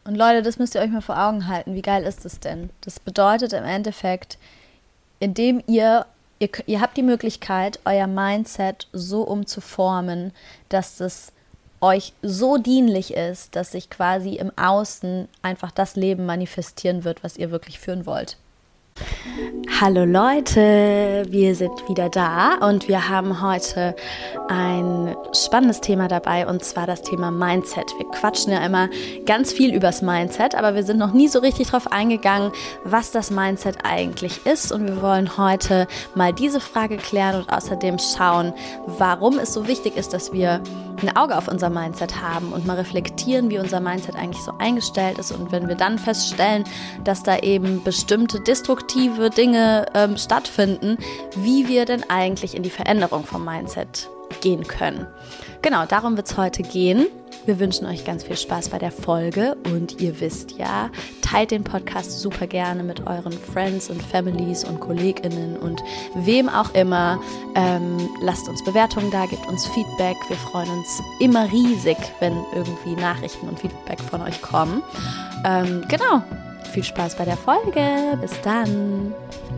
Und Leute, das müsst ihr euch mal vor Augen halten. Wie geil ist das denn? Das bedeutet im Endeffekt, indem ihr habt die Möglichkeit, euer Mindset so umzuformen, dass es euch so dienlich ist, dass sich quasi im Außen einfach das Leben manifestieren wird, was ihr wirklich führen wollt. Hallo Leute, wir sind wieder da und wir haben heute ein spannendes Thema dabei, und zwar das Thema Mindset. Wir quatschen ja immer ganz viel übers Mindset, aber wir sind noch nie so richtig drauf eingegangen, was das Mindset eigentlich ist, und wir wollen heute mal diese Frage klären und außerdem schauen, warum es so wichtig ist, dass wir ein Auge auf unser Mindset haben und mal reflektieren, wie unser Mindset eigentlich so eingestellt ist, und wenn wir dann feststellen, dass da eben bestimmte destruktive Dinge stattfinden, wie wir denn eigentlich in die Veränderung vom Mindset gehen können. Genau, darum wird es heute gehen. Wir wünschen euch ganz viel Spaß bei der Folge, und ihr wisst ja, teilt den Podcast super gerne mit euren Friends und Families und KollegInnen und wem auch immer. Lasst uns Bewertungen da, gebt uns Feedback. Wir freuen uns immer riesig, wenn irgendwie Nachrichten und Feedback von euch kommen. Genau, viel Spaß bei der Folge. Bis dann.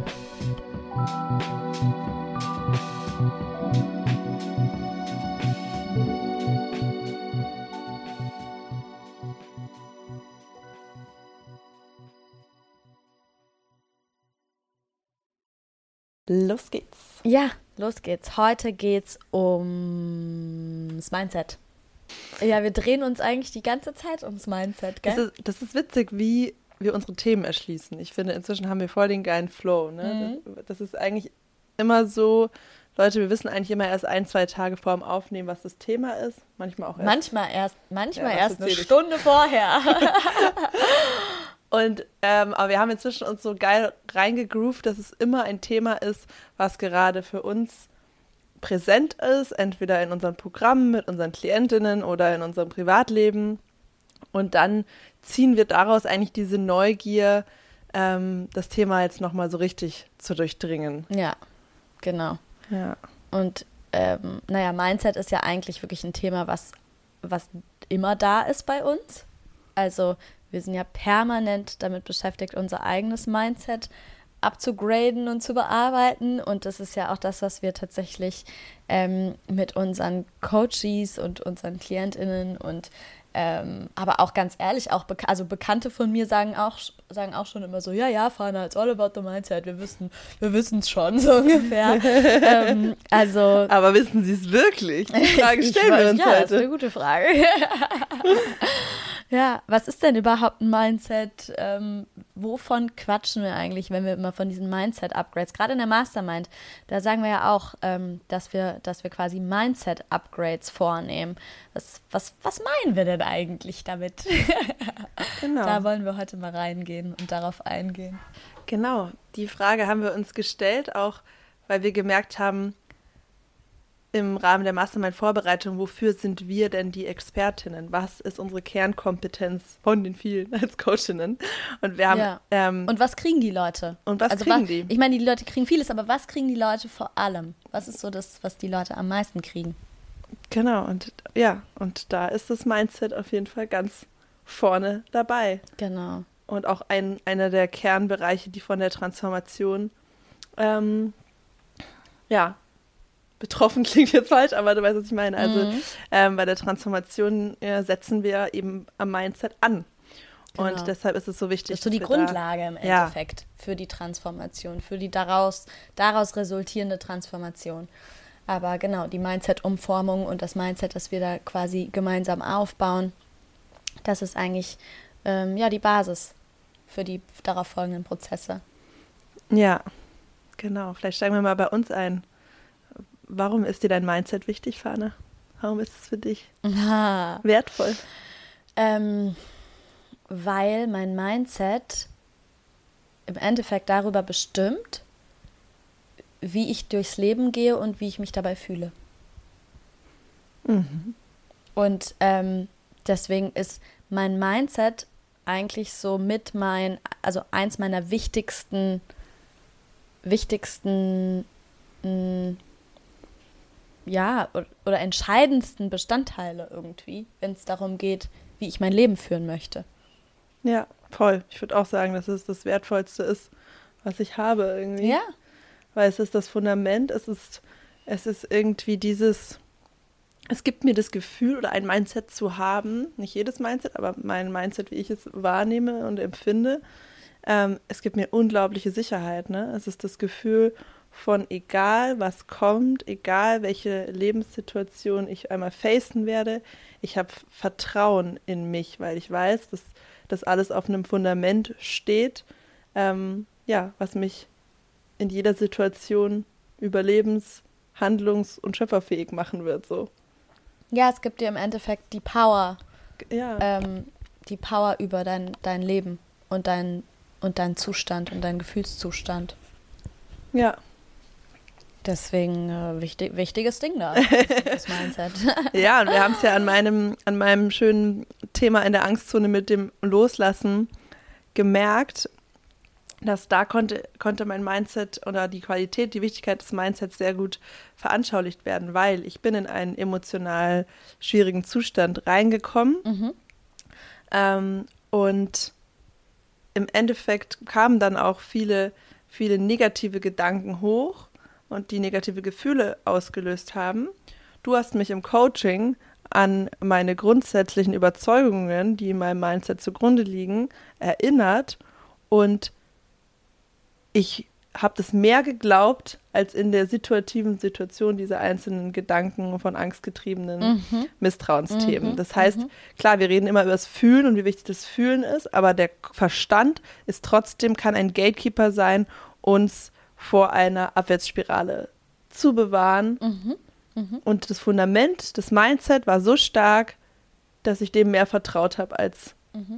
Los geht's. Ja, los geht's. Heute geht's ums Mindset. Ja, wir drehen uns eigentlich die ganze Zeit ums Mindset, gell? Das ist witzig, wie wir unsere Themen erschließen. Ich finde, inzwischen haben wir voll den geilen Flow. Ne? Das ist eigentlich immer so, Leute, wir wissen eigentlich immer erst 1-2 Tage vor dem Aufnehmen, was das Thema ist. Manchmal auch erst. Manchmal erst eine Stunde vorher. Und aber wir haben inzwischen uns so geil reingegroovt, dass es immer ein Thema ist, was gerade für uns präsent ist, entweder in unseren Programmen mit unseren Klientinnen oder in unserem Privatleben. Und dann ziehen wir daraus eigentlich diese Neugier, das Thema jetzt nochmal so richtig zu durchdringen. Ja, genau. Ja. Und Mindset ist ja eigentlich wirklich ein Thema, was immer da ist bei uns. Also wir sind ja permanent damit beschäftigt, unser eigenes Mindset abzugraden und zu bearbeiten. Und das ist ja auch das, was wir tatsächlich mit unseren Coaches und unseren KlientInnen und aber auch ganz ehrlich, auch Bekannte von mir sagen auch schon immer so, ja, Fana, it's all about the mindset, wir wissen es schon, so ungefähr. Aber wissen Sie es wirklich? Die Frage stellen wir uns heute. Ja, das ist eine gute Frage. Ja, was ist denn überhaupt ein Mindset? Wovon quatschen wir eigentlich, wenn wir immer von diesen Mindset-Upgrades, gerade in der Mastermind, da sagen wir ja auch, dass wir quasi Mindset-Upgrades vornehmen. Was meinen wir denn eigentlich damit? Genau. Da wollen wir heute mal reingehen und darauf eingehen. Genau, die Frage haben wir uns gestellt, auch weil wir gemerkt haben, im Rahmen der Mastermind-Vorbereitung, wofür sind wir denn die Expertinnen? Was ist unsere Kernkompetenz von den vielen als Coachinnen? Und wir haben und was kriegen die Leute? Kriegen die? Ich meine, die Leute kriegen vieles, aber was kriegen die Leute vor allem? Was ist so das, was die Leute am meisten kriegen? Genau, und da ist das Mindset auf jeden Fall ganz vorne dabei. Genau. Und auch einer der Kernbereiche, die von der Transformation betroffen klingt jetzt falsch, aber du weißt, was ich meine. Also bei der Transformation setzen wir eben am Mindset an. Genau. Und deshalb ist es so wichtig. Das ist so die Grundlage im Endeffekt für die Transformation, für die daraus resultierende Transformation. Aber genau, die Mindset-Umformung und das Mindset, das wir da quasi gemeinsam aufbauen, das ist eigentlich die Basis für die darauf folgenden Prozesse. Ja, genau. Vielleicht steigen wir mal bei uns ein. Warum ist dir dein Mindset wichtig, Fana? Warum ist es für dich wertvoll? Weil mein Mindset im Endeffekt darüber bestimmt, wie ich durchs Leben gehe und wie ich mich dabei fühle. Mhm. Und deswegen ist mein Mindset eigentlich so eins meiner wichtigsten oder entscheidendsten Bestandteile irgendwie, wenn es darum geht, wie ich mein Leben führen möchte. Ja, voll. Ich würde auch sagen, dass es das Wertvollste ist, was ich habe irgendwie. Ja. Weil es ist das Fundament, es ist irgendwie es gibt mir das Gefühl oder ein Mindset zu haben, nicht jedes Mindset, aber mein Mindset, wie ich es wahrnehme und empfinde, es gibt mir unglaubliche Sicherheit, ne? Es ist das Gefühl von egal was kommt, egal welche Lebenssituation ich einmal facen werde, ich habe Vertrauen in mich, weil ich weiß, dass das alles auf einem Fundament steht, was mich in jeder Situation überlebens-, handlungs- und schöpferfähig machen wird, so. Ja, es gibt dir im Endeffekt die Power, Ja. die Power über dein Leben und deinen Zustand und deinen Gefühlszustand. Ja. Deswegen wichtiges Ding da, das Mindset. Ja, und wir haben es ja an meinem schönen Thema in der Angstzone mit dem Loslassen gemerkt, dass da konnte mein Mindset oder die Qualität, die Wichtigkeit des Mindsets sehr gut veranschaulicht werden, weil ich bin in einen emotional schwierigen Zustand reingekommen und im Endeffekt kamen dann auch viele, viele negative Gedanken hoch und die negative Gefühle ausgelöst haben. Du hast mich im Coaching an meine grundsätzlichen Überzeugungen, die in meinem Mindset zugrunde liegen, erinnert und ich habe das mehr geglaubt, als in der Situation dieser einzelnen Gedanken von angstgetriebenen Misstrauensthemen. Das heißt, klar, wir reden immer über das Fühlen und wie wichtig das Fühlen ist, aber der Verstand ist trotzdem, kann ein Gatekeeper sein, uns vor einer Abwärtsspirale zu bewahren. Und das Fundament, das Mindset war so stark, dass ich dem mehr vertraut habe als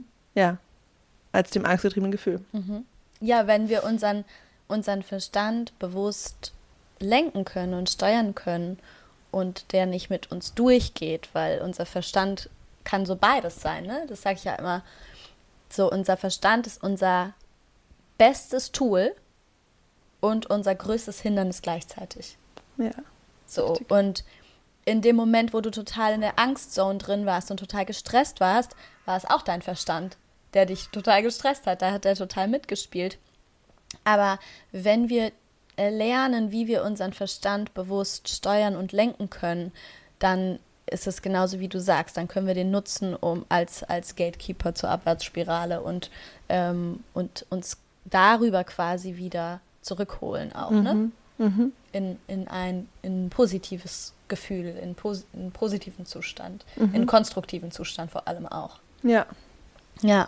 dem angstgetriebenen Gefühl. Ja, wenn wir unseren Verstand bewusst lenken können und steuern können und der nicht mit uns durchgeht, weil unser Verstand kann so beides sein, ne? Das sage ich ja immer. So, unser Verstand ist unser bestes Tool und unser größtes Hindernis gleichzeitig. Ja. So, richtig. Und in dem Moment, wo du total in der Angstzone drin warst und total gestresst warst, war es auch dein Verstand, der dich total gestresst hat. Da hat er total mitgespielt. Aber wenn wir lernen, wie wir unseren Verstand bewusst steuern und lenken können, dann ist es genauso, wie du sagst. Dann können wir den nutzen, um als Gatekeeper zur Abwärtsspirale und uns darüber quasi wieder zurückholen auch, ne? In ein positives Gefühl, in einen positiven Zustand, in einen konstruktiven Zustand vor allem auch. Ja. Ja.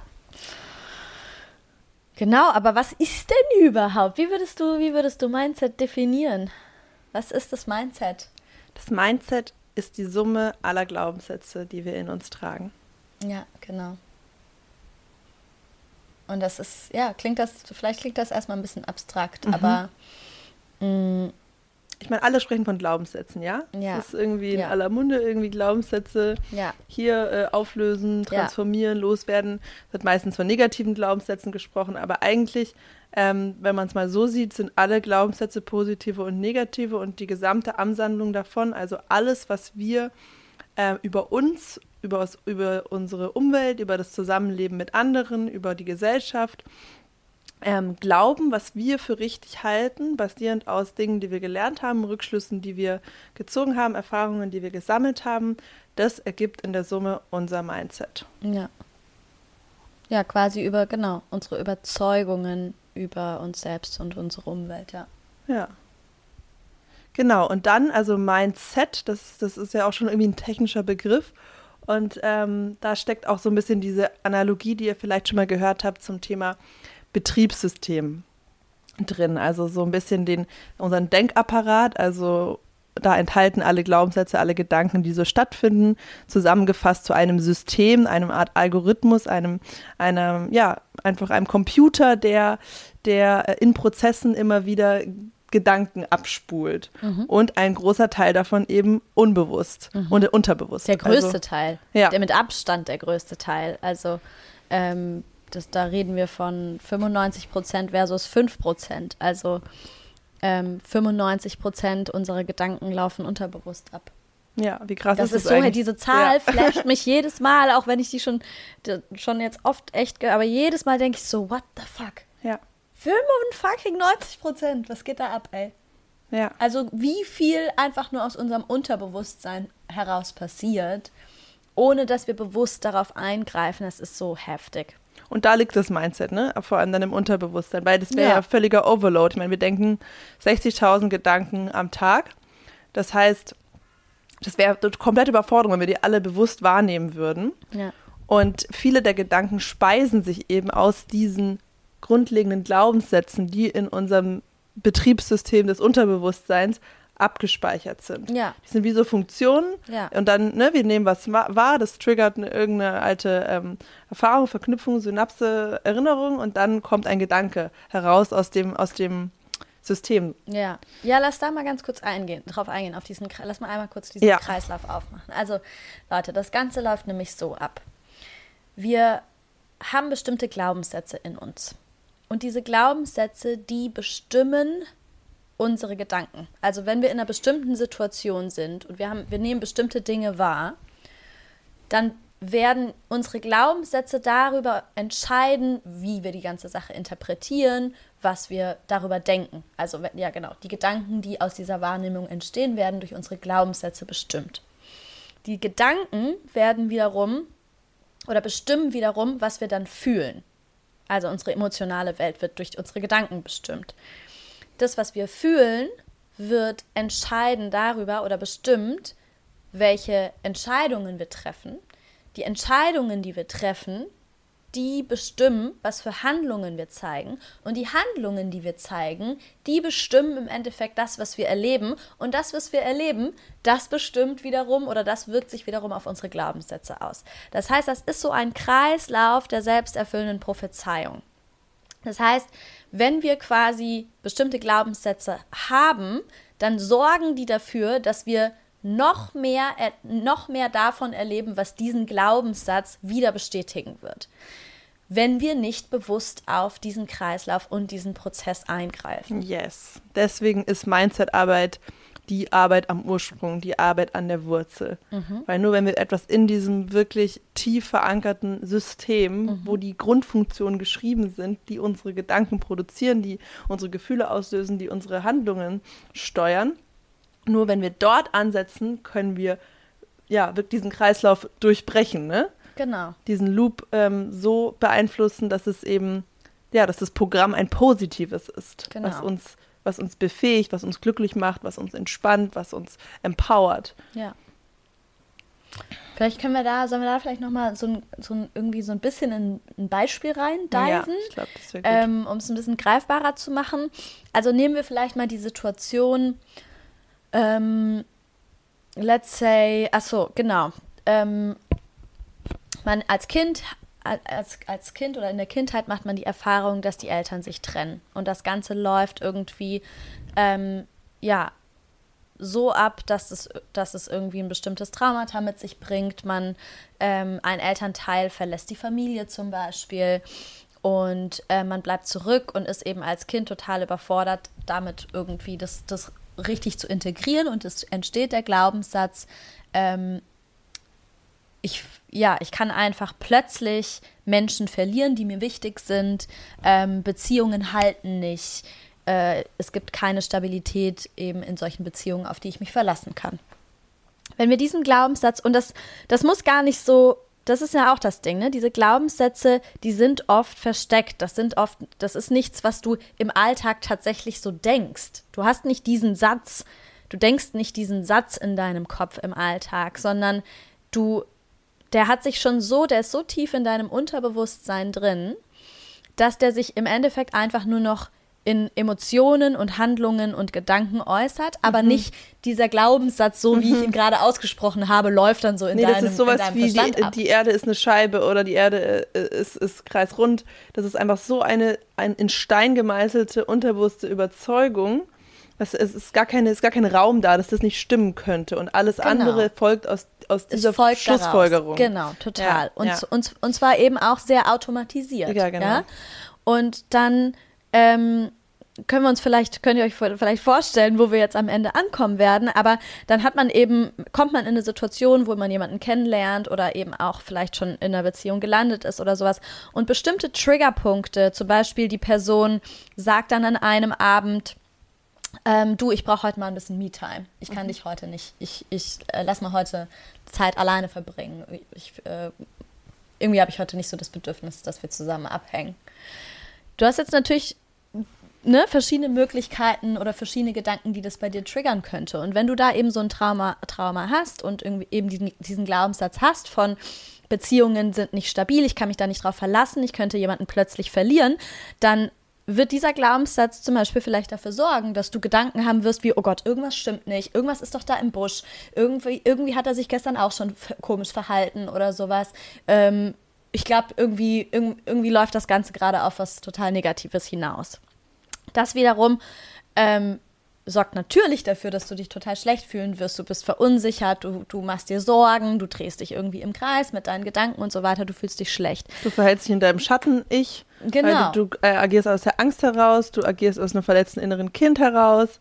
Genau, aber was ist denn überhaupt? Wie würdest du Mindset definieren? Was ist das Mindset? Das Mindset ist die Summe aller Glaubenssätze, die wir in uns tragen. Ja, genau. Und das ist, vielleicht klingt das erstmal ein bisschen abstrakt, aber ich meine, alle sprechen von Glaubenssätzen, ja? Ja. Das ist irgendwie in aller Munde, irgendwie Glaubenssätze hier auflösen, transformieren, loswerden. Wird meistens von negativen Glaubenssätzen gesprochen, aber eigentlich, wenn man es mal so sieht, sind alle Glaubenssätze positive und negative und die gesamte Ansammlung davon, also alles, was wir über uns, über unsere Umwelt, über das Zusammenleben mit anderen, über die Gesellschaft, glauben, was wir für richtig halten, basierend aus Dingen, die wir gelernt haben, Rückschlüssen, die wir gezogen haben, Erfahrungen, die wir gesammelt haben, das ergibt in der Summe unser Mindset. Ja. Ja, quasi über, unsere Überzeugungen über uns selbst und unsere Umwelt, ja. Ja. Genau, und dann, also Mindset, das ist ja auch schon irgendwie ein technischer Begriff. Und da steckt auch so ein bisschen diese Analogie, die ihr vielleicht schon mal gehört habt zum Thema Betriebssystem drin, also so ein bisschen unseren Denkapparat, also da enthalten alle Glaubenssätze, alle Gedanken, die so stattfinden, zusammengefasst zu einem System, einem Art Algorithmus, einfach einem Computer, der in Prozessen immer wieder Gedanken abspult und ein großer Teil davon eben unbewusst und unterbewusst. Der größte Teil, der mit Abstand der größte Teil, also da reden wir von 95% versus 5%. Also 95% unserer Gedanken laufen unterbewusst ab. Ja, wie krass Das ist ist das so, eigentlich? diese Zahl flasht mich jedes Mal, auch wenn ich die schon jetzt oft echt, aber jedes Mal denke ich so, what the fuck? Ja, 95%, was geht da ab, ey? ja. Also wie viel einfach nur aus unserem Unterbewusstsein heraus passiert, ohne dass wir bewusst darauf eingreifen, das ist so heftig. Und da liegt das Mindset, ne? Vor allem dann im Unterbewusstsein, weil das wäre Ja. ja völliger Overload. Ich meine, wir denken 60.000 Gedanken am Tag. Das heißt, das wäre komplette Überforderung, wenn wir die alle bewusst wahrnehmen würden. Ja. Und viele der Gedanken speisen sich eben aus diesen grundlegenden Glaubenssätzen, die in unserem Betriebssystem des Unterbewusstseins abgespeichert sind. Ja. Die sind wie so Funktionen Ja. und dann, ne, wir nehmen was wahr, das triggert irgendeine alte Erfahrung, Verknüpfung, Synapse, Erinnerung und dann kommt ein Gedanke heraus aus dem System. Ja, lass da mal ganz kurz drauf eingehen, lass mal einmal kurz diesen Kreislauf aufmachen. Also, Leute, das Ganze läuft nämlich so ab. Wir haben bestimmte Glaubenssätze in uns. Und diese Glaubenssätze, die bestimmen unsere Gedanken. Also, wenn wir in einer bestimmten Situation sind und wir nehmen bestimmte Dinge wahr, dann werden unsere Glaubenssätze darüber entscheiden, wie wir die ganze Sache interpretieren, was wir darüber denken. Also, ja genau, die Gedanken, die aus dieser Wahrnehmung entstehen, werden durch unsere Glaubenssätze bestimmt. Die Gedanken bestimmen wiederum, was wir dann fühlen. Also unsere emotionale Welt wird durch unsere Gedanken bestimmt. Das, was wir fühlen, wird entscheiden darüber oder bestimmt, welche Entscheidungen wir treffen. Die Entscheidungen, die wir treffen, die bestimmen, was für Handlungen wir zeigen. Und die Handlungen, die wir zeigen, die bestimmen im Endeffekt das, was wir erleben. Und das, was wir erleben, das bestimmt wiederum oder das wirkt sich wiederum auf unsere Glaubenssätze aus. Das heißt, das ist so ein Kreislauf der selbsterfüllenden Prophezeiung. Das heißt, wenn wir quasi bestimmte Glaubenssätze haben, dann sorgen die dafür, dass wir noch mehr davon erleben, was diesen Glaubenssatz wieder bestätigen wird, wenn wir nicht bewusst auf diesen Kreislauf und diesen Prozess eingreifen. Yes. Deswegen ist Mindset-Arbeit die Arbeit am Ursprung, die Arbeit an der Wurzel. Weil nur wenn wir etwas in diesem wirklich tief verankerten System, wo die Grundfunktionen geschrieben sind, die unsere Gedanken produzieren, die unsere Gefühle auslösen, die unsere Handlungen steuern, nur wenn wir dort ansetzen, können wir wirklich diesen Kreislauf durchbrechen, ne? Genau. Diesen Loop so beeinflussen, dass es eben, dass das Programm ein positives ist, genau. was uns befähigt, was uns glücklich macht, was uns entspannt, was uns empowert. Ja. Vielleicht sollen wir da vielleicht nochmal irgendwie so ein bisschen in ein Beispiel reindiven, Ja, ich glaube, das wäre gut. um es ein bisschen greifbarer zu machen. Also nehmen wir vielleicht mal die Situation, let's say, man als Kind oder in der Kindheit macht man die Erfahrung, dass die Eltern sich trennen. Und das Ganze läuft irgendwie, so ab, dass es irgendwie ein bestimmtes Traumata mit sich bringt. Ein Elternteil verlässt die Familie zum Beispiel und man bleibt zurück und ist eben als Kind total überfordert, damit irgendwie das richtig zu integrieren, und es entsteht der Glaubenssatz, ich kann einfach plötzlich Menschen verlieren, die mir wichtig sind, Beziehungen halten nicht, es gibt keine Stabilität eben in solchen Beziehungen, auf die ich mich verlassen kann. Wenn wir diesen Glaubenssatz, und das muss gar nicht so, das ist ja auch das Ding, ne? Diese Glaubenssätze, die sind oft versteckt, das ist nichts, was du im Alltag tatsächlich so denkst. Du hast nicht diesen Satz, du denkst nicht diesen Satz in deinem Kopf im Alltag, sondern der ist so tief in deinem Unterbewusstsein drin, dass der sich im Endeffekt einfach nur noch in Emotionen und Handlungen und Gedanken äußert, aber nicht dieser Glaubenssatz, so wie ich ihn gerade ausgesprochen habe, läuft dann so in deinem Verstand ab. Das ist sowas wie die Erde ist eine Scheibe oder die Erde ist kreisrund. Das ist einfach so eine in Stein gemeißelte, unterbewusste Überzeugung. Es ist gar kein Raum da, dass das nicht stimmen könnte. Und alles andere folgt aus dieser Schlussfolgerung. Genau, total. Ja, und zwar eben auch sehr automatisiert. Ja, genau. Ja? Und dann könnt ihr euch vielleicht vorstellen, wo wir jetzt am Ende ankommen werden, aber dann kommt man in eine Situation, wo man jemanden kennenlernt oder eben auch vielleicht schon in einer Beziehung gelandet ist oder sowas und bestimmte Triggerpunkte, zum Beispiel die Person sagt dann an einem Abend, du, ich brauche heute mal ein bisschen Me-Time. Ich kann dich heute nicht, ich lass mal heute Zeit alleine verbringen. Irgendwie habe ich heute nicht so das Bedürfnis, dass wir zusammen abhängen. Du hast jetzt natürlich verschiedene Möglichkeiten oder verschiedene Gedanken, die das bei dir triggern könnte. Und wenn du da eben so ein Trauma hast und irgendwie eben diesen Glaubenssatz hast von Beziehungen sind nicht stabil, ich kann mich da nicht drauf verlassen, ich könnte jemanden plötzlich verlieren, dann wird dieser Glaubenssatz zum Beispiel vielleicht dafür sorgen, dass du Gedanken haben wirst wie, oh Gott, irgendwas stimmt nicht, irgendwas ist doch da im Busch, irgendwie hat er sich gestern auch schon komisch verhalten oder sowas. Ich glaube, irgendwie läuft das Ganze gerade auf was total Negatives hinaus. Das wiederum sorgt natürlich dafür, dass du dich total schlecht fühlen wirst. Du bist verunsichert, du machst dir Sorgen, du drehst dich irgendwie im Kreis mit deinen Gedanken und so weiter, du fühlst dich schlecht. Du verhältst dich in deinem Schatten, Genau. Weil du agierst aus der Angst heraus, du agierst aus einem verletzten inneren Kind heraus.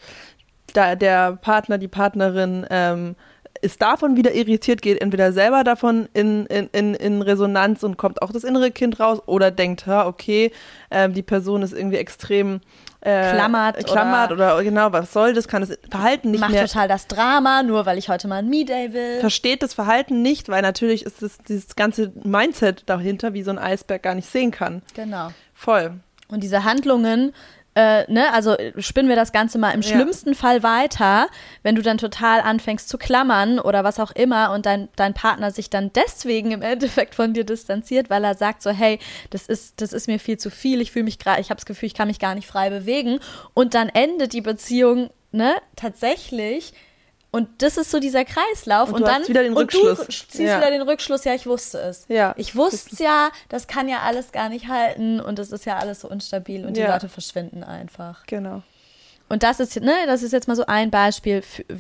Der Partner, die Partnerin ist davon wieder irritiert, geht entweder selber davon in Resonanz und kommt auch das innere Kind raus oder denkt, okay, die Person ist irgendwie extrem klammert oder genau, was soll das, kann das Verhalten nicht mehr. Macht total das Drama, nur weil ich heute mal ein Me-Day will. Versteht das Verhalten nicht, weil natürlich ist dieses ganze Mindset dahinter, wie so ein Eisberg gar nicht sehen kann. Genau. Voll. Und diese Handlungen, also spinnen wir das Ganze mal im schlimmsten Fall weiter, wenn du dann total anfängst zu klammern oder was auch immer und dein Partner sich dann deswegen im Endeffekt von dir distanziert, weil er sagt so, hey, das ist mir viel zu viel, ich habe das Gefühl, ich kann mich gar nicht frei bewegen und dann endet die Beziehung, tatsächlich. Und das ist so dieser Kreislauf. Und dann wieder den Rückschluss. Du ziehst wieder den Rückschluss, ja, ich wusste es. Ja. Ich wusste es ja, das kann ja alles gar nicht halten und es ist ja alles so instabil und die Leute verschwinden einfach. Genau. Und das ist jetzt mal so ein Beispiel,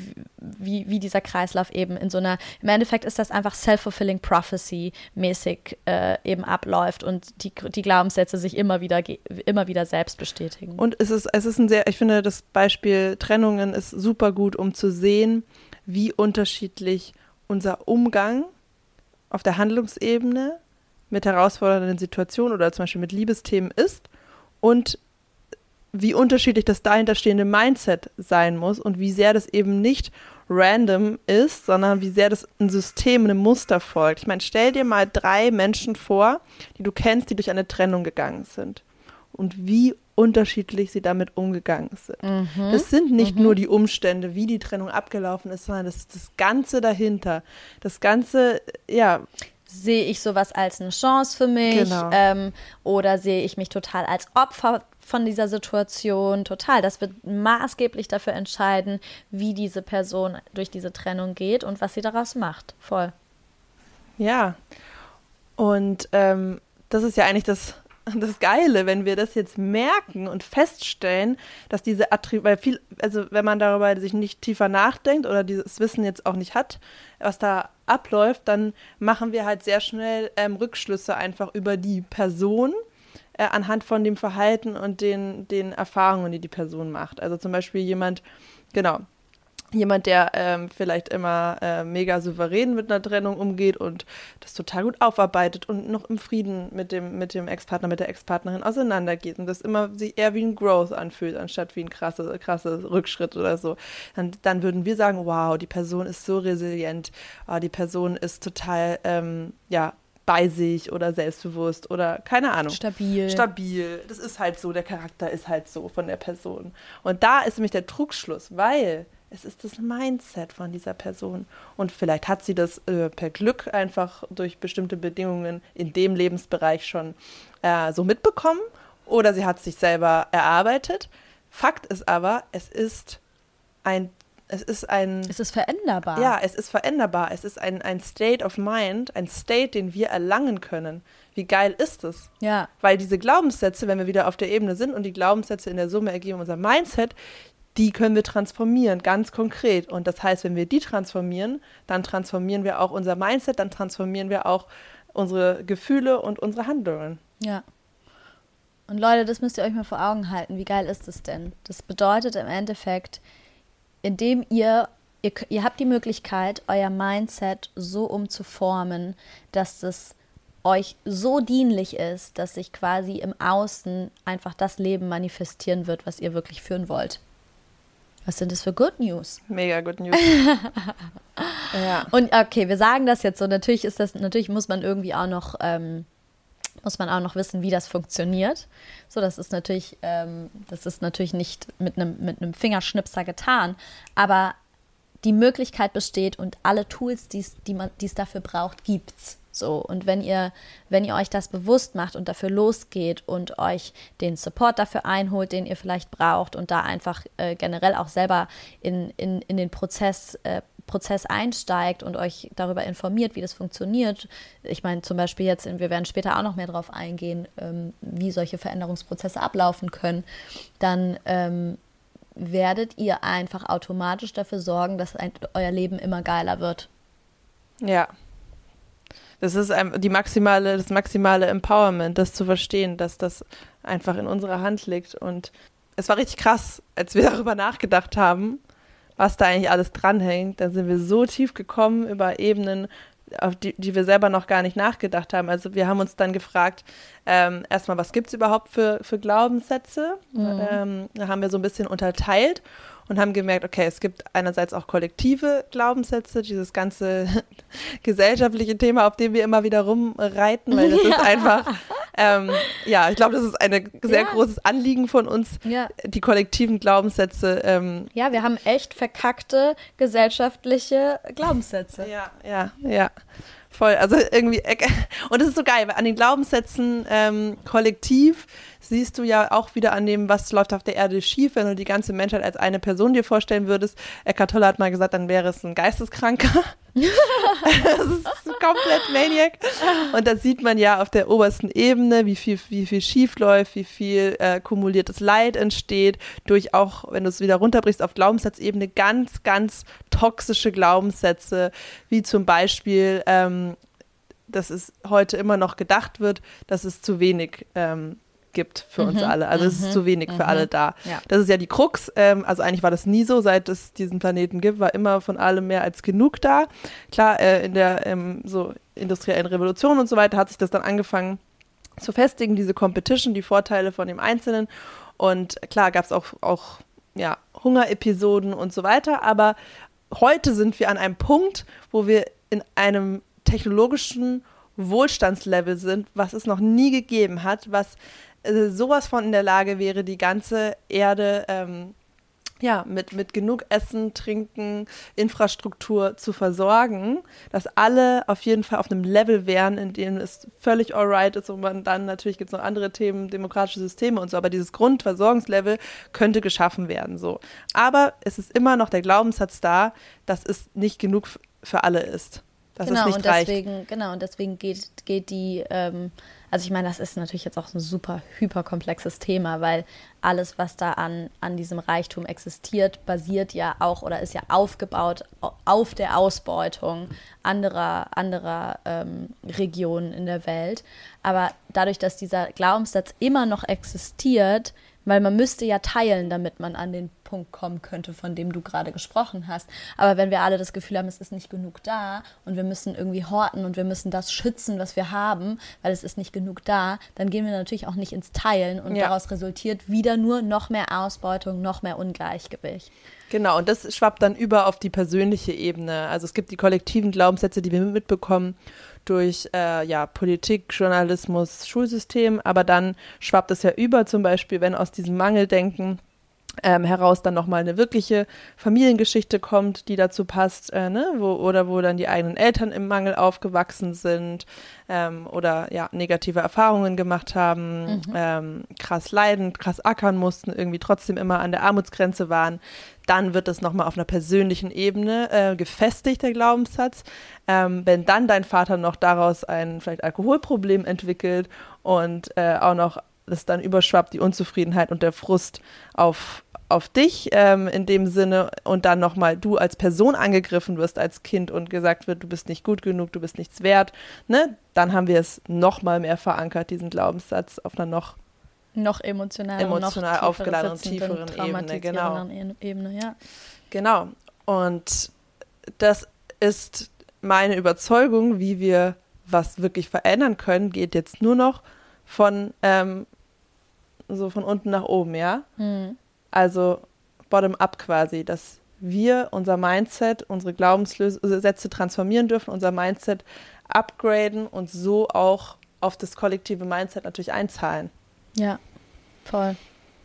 wie dieser Kreislauf eben im Endeffekt ist das einfach self-fulfilling prophecy mäßig eben abläuft und die Glaubenssätze sich immer wieder selbst bestätigen. Und ich finde, das Beispiel Trennungen ist super gut, um zu sehen, wie unterschiedlich unser Umgang auf der Handlungsebene mit herausfordernden Situationen oder zum Beispiel mit Liebesthemen ist und wie unterschiedlich das dahinterstehende Mindset sein muss und wie sehr das eben nicht random ist, sondern wie sehr das ein System, einem Muster folgt. Ich meine, stell dir mal 3 Menschen vor, die du kennst, die durch eine Trennung gegangen sind und wie unterschiedlich sie damit umgegangen sind. Das sind nicht nur die Umstände, wie die Trennung abgelaufen ist, sondern das ist das Ganze dahinter. Das Ganze, sehe ich sowas als eine Chance für mich? Genau. Oder sehe ich mich total als Opfer von dieser Situation? Total. Das wird maßgeblich dafür entscheiden, wie diese Person durch diese Trennung geht und was sie daraus macht. Voll. Ja. Und das ist ja eigentlich das Geile, wenn wir das jetzt merken und feststellen, dass diese Attribute, wenn man darüber sich nicht tiefer nachdenkt oder dieses Wissen jetzt auch nicht hat, was da abläuft, dann machen wir halt sehr schnell Rückschlüsse einfach über die Person anhand von dem Verhalten und den Erfahrungen, die Person macht. Also zum Beispiel jemand, der vielleicht immer mega souverän mit einer Trennung umgeht und das total gut aufarbeitet und noch im Frieden mit dem Ex-Partner, mit der Ex-Partnerin auseinandergeht und das immer sich eher wie ein Growth anfühlt, anstatt wie ein krasser Rückschritt oder so. Dann würden wir sagen, wow, die Person ist so resilient, die Person ist total, bei sich oder selbstbewusst oder keine Ahnung. Stabil. Das ist halt so, der Charakter ist halt so von der Person. Und da ist nämlich der Trugschluss, weil es ist das Mindset von dieser Person. Und vielleicht hat sie das per Glück einfach durch bestimmte Bedingungen in dem Lebensbereich schon so mitbekommen oder sie hat es sich selber erarbeitet. Fakt ist aber, es ist veränderbar. Ja, es ist veränderbar. Es ist ein State of Mind, ein State, den wir erlangen können. Wie geil ist es? Ja. Weil diese Glaubenssätze, wenn wir wieder auf der Ebene sind und die Glaubenssätze in der Summe ergeben unser Mindset, die können wir transformieren, ganz konkret. Und das heißt, wenn wir die transformieren, dann transformieren wir auch unser Mindset, dann transformieren wir auch unsere Gefühle und unsere Handlungen. Ja. Und Leute, das müsst ihr euch mal vor Augen halten. Wie geil ist das denn? Das bedeutet im Endeffekt, indem ihr habt die Möglichkeit, euer Mindset so umzuformen, dass es euch so dienlich ist, dass sich quasi im Außen einfach das Leben manifestieren wird, was ihr wirklich führen wollt. Was sind das für Good News? Mega Good News. Ja. Und okay, wir sagen das jetzt so, natürlich muss man irgendwie auch noch wissen, wie das funktioniert. So, das ist natürlich nicht mit einem Fingerschnipser getan, aber die Möglichkeit besteht und alle Tools, die es dafür braucht, gibt's. So, und wenn ihr euch das bewusst macht und dafür losgeht und euch den Support dafür einholt, den ihr vielleicht braucht und da einfach generell auch selber in den Prozess einsteigt und euch darüber informiert, wie das funktioniert. Ich meine zum Beispiel jetzt, wir werden später auch noch mehr drauf eingehen, wie solche Veränderungsprozesse ablaufen können, dann werdet ihr einfach automatisch dafür sorgen, dass euer Leben immer geiler wird. Ja. Das ist das maximale Empowerment, das zu verstehen, dass das einfach in unserer Hand liegt. Und es war richtig krass, als wir darüber nachgedacht haben, was da eigentlich alles dranhängt. Da sind wir so tief gekommen über Ebenen, auf die wir selber noch gar nicht nachgedacht haben. Also wir haben uns dann gefragt, erstmal, was gibt es überhaupt für Glaubenssätze? Da haben wir so ein bisschen unterteilt und haben gemerkt, okay, es gibt einerseits auch kollektive Glaubenssätze, dieses ganze gesellschaftliche Thema, auf dem wir immer wieder rumreiten, weil das ist einfach, ich glaube, das ist ein sehr großes Anliegen von uns, die kollektiven Glaubenssätze. Ja, wir haben echt verkackte gesellschaftliche Glaubenssätze. Ja. Voll, also irgendwie, und das ist so geil, weil an den Glaubenssätzen kollektiv siehst du ja auch wieder an dem, was läuft auf der Erde schief, wenn du die ganze Menschheit als eine Person dir vorstellen würdest. Eckhart Tolle hat mal gesagt, dann wäre es ein Geisteskranker. Das ist so komplett Maniac. Und da sieht man ja auf der obersten Ebene, wie viel schief läuft, wie viel kumuliertes Leid entsteht, durch auch, wenn du es wieder runterbrichst, auf Glaubenssatzebene ganz, ganz toxische Glaubenssätze, wie zum Beispiel, dass es heute immer noch gedacht wird, dass es zu wenig gibt für uns alle. Also es ist zu wenig für alle da. Ja. Das ist ja die Krux. Also eigentlich war das nie so, seit es diesen Planeten gibt, war immer von allem mehr als genug da. Klar, in der so industriellen Revolution und so weiter hat sich das dann angefangen zu festigen, diese Competition, die Vorteile von dem Einzelnen. Und klar gab es auch Hungerepisoden und so weiter. Aber heute sind wir an einem Punkt, wo wir in einem technologischen Wohlstandslevel sind, was es noch nie gegeben hat, was sowas von in der Lage wäre, die ganze Erde mit genug Essen, Trinken, Infrastruktur zu versorgen, dass alle auf jeden Fall auf einem Level wären, in dem es völlig alright ist und man dann, natürlich gibt es noch andere Themen, demokratische Systeme und so, aber dieses Grundversorgungslevel könnte geschaffen werden. So. Aber es ist immer noch der Glaubenssatz da, dass es nicht genug für alle ist. Dass es nicht reicht. Und deswegen geht die, also ich meine, das ist natürlich jetzt auch ein super hyperkomplexes Thema, weil alles, was da an diesem Reichtum existiert, basiert ja auch oder ist ja aufgebaut auf der Ausbeutung anderer Regionen in der Welt. Aber dadurch, dass dieser Glaubenssatz immer noch existiert, weil man müsste ja teilen, damit man an den Punkt kommen könnte, von dem du gerade gesprochen hast. Aber wenn wir alle das Gefühl haben, es ist nicht genug da und wir müssen irgendwie horten und wir müssen das schützen, was wir haben, weil es ist nicht genug da, dann gehen wir natürlich auch nicht ins Teilen und daraus resultiert wieder nur noch mehr Ausbeutung, noch mehr Ungleichgewicht. Genau, und das schwappt dann über auf die persönliche Ebene. Also es gibt die kollektiven Glaubenssätze, die wir mitbekommen durch Politik, Journalismus, Schulsystem, aber dann schwappt es ja über, zum Beispiel, wenn aus diesem Mangeldenken heraus dann nochmal eine wirkliche Familiengeschichte kommt, die dazu passt, wo dann die eigenen Eltern im Mangel aufgewachsen sind oder negative Erfahrungen gemacht haben, krass leiden, krass ackern mussten, irgendwie trotzdem immer an der Armutsgrenze waren. Dann wird das nochmal auf einer persönlichen Ebene gefestigt, der Glaubenssatz. Wenn dann dein Vater noch daraus ein vielleicht Alkoholproblem entwickelt und auch noch das dann überschwappt, die Unzufriedenheit und der Frust auf dich in dem Sinne und dann nochmal du als Person angegriffen wirst als Kind und gesagt wird, du bist nicht gut genug, du bist nichts wert, ne? Dann haben wir es nochmal mehr verankert, diesen Glaubenssatz auf einer noch noch emotional aufgeladen und tieferen Ebene, ja. Genau. Und das ist meine Überzeugung, wie wir was wirklich verändern können, geht jetzt nur noch von unten nach oben, ja? Also bottom-up quasi, dass wir unser Mindset, unsere Glaubenssätze transformieren dürfen, unser Mindset upgraden und so auch auf das kollektive Mindset natürlich einzahlen. Ja, voll.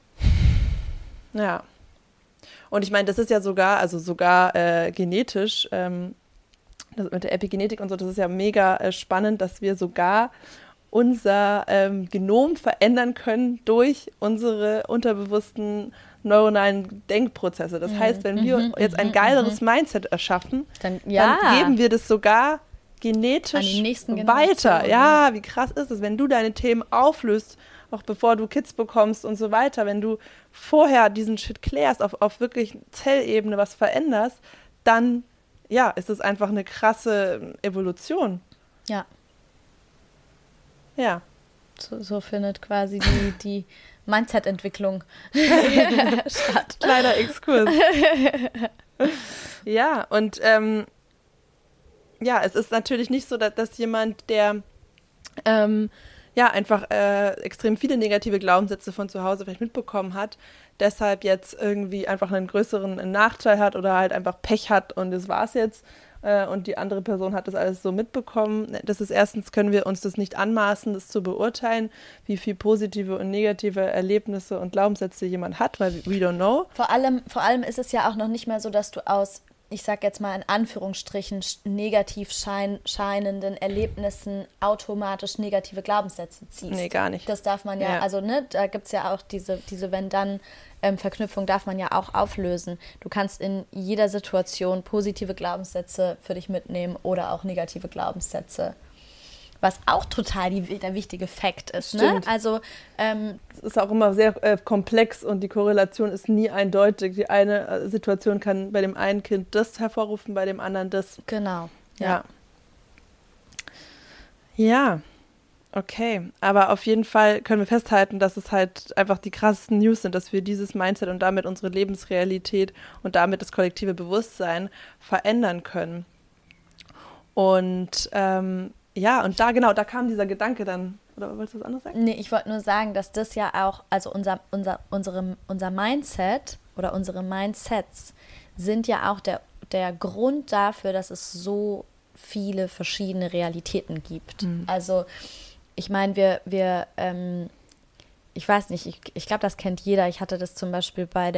Ja. Und ich meine, das ist ja sogar genetisch, das mit der Epigenetik und so, das ist ja mega spannend, dass wir sogar unser Genom verändern können durch unsere unterbewussten neuronalen Denkprozesse. Das heißt, wenn wir jetzt ein geileres Mindset erschaffen, dann geben wir das sogar genetisch an die nächsten weiter. Ja, wie krass ist es, wenn du deine Themen auflöst, auch bevor du Kids bekommst und so weiter, wenn du vorher diesen Shit klärst, auf wirklich Zellebene was veränderst, dann ist es einfach eine krasse Evolution. Ja. Ja. So findet quasi die Mindset-Entwicklung statt. Kleiner Exkurs. Ja, und es ist natürlich nicht so, dass jemand, der einfach extrem viele negative Glaubenssätze von zu Hause vielleicht mitbekommen hat, deshalb jetzt irgendwie einfach einen größeren Nachteil hat oder halt einfach Pech hat und das war's jetzt. Und die andere Person hat das alles so mitbekommen. Das ist erstens, können wir uns das nicht anmaßen, das zu beurteilen, wie viel positive und negative Erlebnisse und Glaubenssätze jemand hat, weil we don't know. Vor allem ist es ja auch noch nicht mal so, dass du aus, ich sag jetzt mal in Anführungsstrichen, negativ scheinenden Erlebnissen automatisch negative Glaubenssätze ziehst. Nee, gar nicht. Das darf man ja. Also da gibt es ja auch diese Wenn-Dann- Verknüpfung darf man ja auch auflösen. Du kannst in jeder Situation positive Glaubenssätze für dich mitnehmen oder auch negative Glaubenssätze. Was auch total der wichtige Fakt ist. Ne? Also es ist auch immer sehr komplex und die Korrelation ist nie eindeutig. Die eine Situation kann bei dem einen Kind das hervorrufen, bei dem anderen das. Genau. Ja. Okay, aber auf jeden Fall können wir festhalten, dass es halt einfach die krassesten News sind, dass wir dieses Mindset und damit unsere Lebensrealität und damit das kollektive Bewusstsein verändern können. Und und da kam dieser Gedanke dann, oder wolltest du was anderes sagen? Nee, ich wollte nur sagen, dass das ja auch, also unser Mindset oder unsere Mindsets sind ja auch der Grund dafür, dass es so viele verschiedene Realitäten gibt. Also ich meine, ich weiß nicht, ich glaube, das kennt jeder. Ich hatte das zum Beispiel bei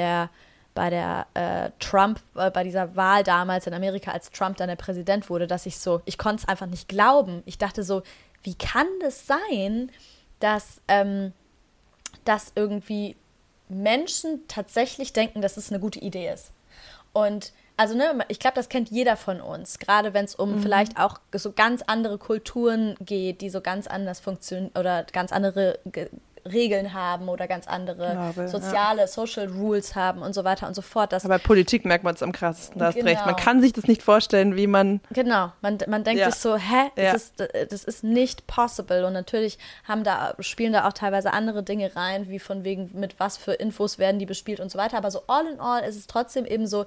dieser Wahl damals in Amerika, als Trump dann der Präsident wurde, dass ich konnte es einfach nicht glauben. Ich dachte so, wie kann das sein, dass irgendwie Menschen tatsächlich denken, dass es eine gute Idee ist? Und also ich glaube, das kennt jeder von uns, gerade wenn es um vielleicht auch so ganz andere Kulturen geht, die so ganz anders funktionieren oder ganz andere Regeln haben oder ganz andere soziale, Social Rules haben und so weiter und so fort. Aber Politik merkt man es am krassesten, da hast recht. Man kann sich das nicht vorstellen, wie man... Genau, man denkt sich so, das ist nicht possible. Und natürlich spielen da auch teilweise andere Dinge rein, wie von wegen, mit was für Infos werden die bespielt und so weiter. Aber so all in all ist es trotzdem eben so,